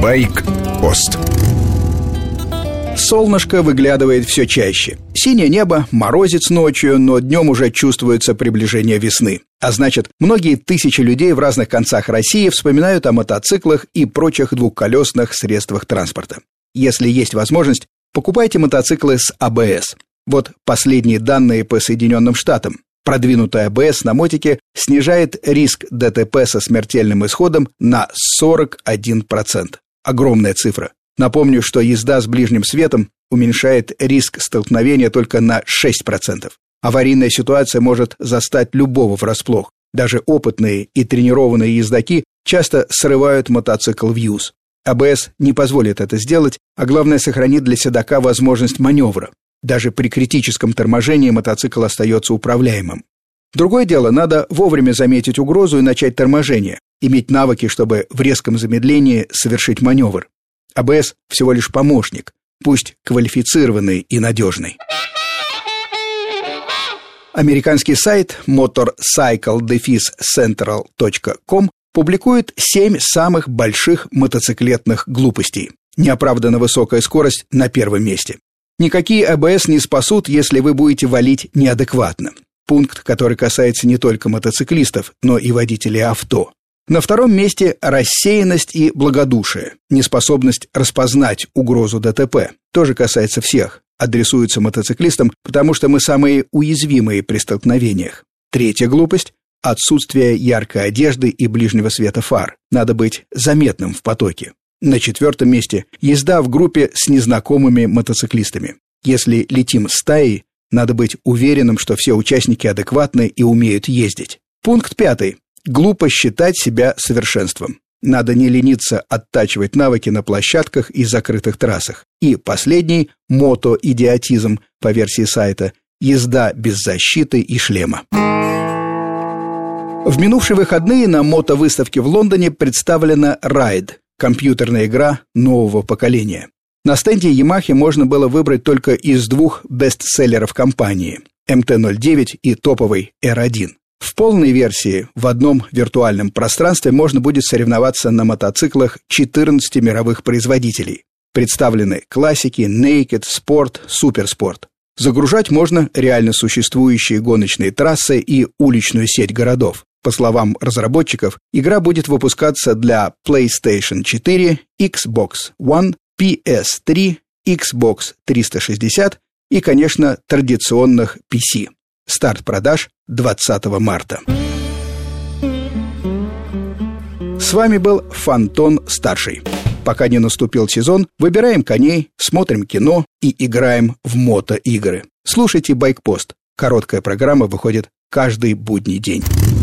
Байк-пост. Солнышко выглядывает все чаще. Синее небо, морозец ночью, но днем уже чувствуется приближение весны. А значит, многие тысячи людей в разных концах России вспоминают о мотоциклах и прочих двухколесных средствах транспорта. Если есть возможность, покупайте мотоциклы с АБС. Вот последние данные по Соединенным Штатам. Продвинутый АБС на мотике снижает риск ДТП со смертельным исходом на 41%. Огромная цифра. Напомню, что езда с ближним светом уменьшает риск столкновения только на 6%. Аварийная ситуация может застать любого врасплох. Даже опытные и тренированные ездаки часто срывают мотоцикл в юз. АБС не позволит это сделать, а главное, сохранит для седока возможность маневра. Даже при критическом торможении мотоцикл остается управляемым. Другое дело, надо вовремя заметить угрозу и начать торможение, иметь навыки, чтобы в резком замедлении совершить маневр. АБС всего лишь помощник, пусть квалифицированный и надежный. Американский сайт motorcycle-central.com публикует 7 самых больших мотоциклетных глупостей. Неоправданно высокая скорость на первом месте. Никакие АБС не спасут, если вы будете валить неадекватно. Пункт, который касается не только мотоциклистов, но и водителей авто. На втором месте рассеянность и благодушие, неспособность распознать угрозу ДТП. Тоже касается всех, адресуется мотоциклистам, потому что мы самые уязвимые при столкновениях. Третья глупость – отсутствие яркой одежды и ближнего света фар. Надо быть заметным в потоке. На четвертом месте – езда в группе с незнакомыми мотоциклистами. Если летим стаей, надо быть уверенным, что все участники адекватны и умеют ездить. Пункт 5. Глупо считать себя совершенством. Надо не лениться оттачивать навыки на площадках и закрытых трассах. И последний – мотоидиотизм, по версии сайта – езда без защиты и шлема. В минувшие выходные на мотовыставке в Лондоне представлена Ride – компьютерная игра нового поколения. На стенде Yamaha можно было выбрать только из двух бестселлеров компании – MT-09 и топовый R1. В полной версии в одном виртуальном пространстве можно будет соревноваться на мотоциклах 14 мировых производителей. Представлены классики, Naked, Sport, Суперспорт. Загружать можно реально существующие гоночные трассы и уличную сеть городов. По словам разработчиков, игра будет выпускаться для PlayStation 4, Xbox One, PS3, Xbox 360 и, конечно, традиционных PC. Старт продаж 20 марта. С вами был Фантон-старший. Пока не наступил сезон, выбираем коней, смотрим кино и играем в мотоигры. Слушайте «Байкпост». Короткая программа выходит каждый будний день.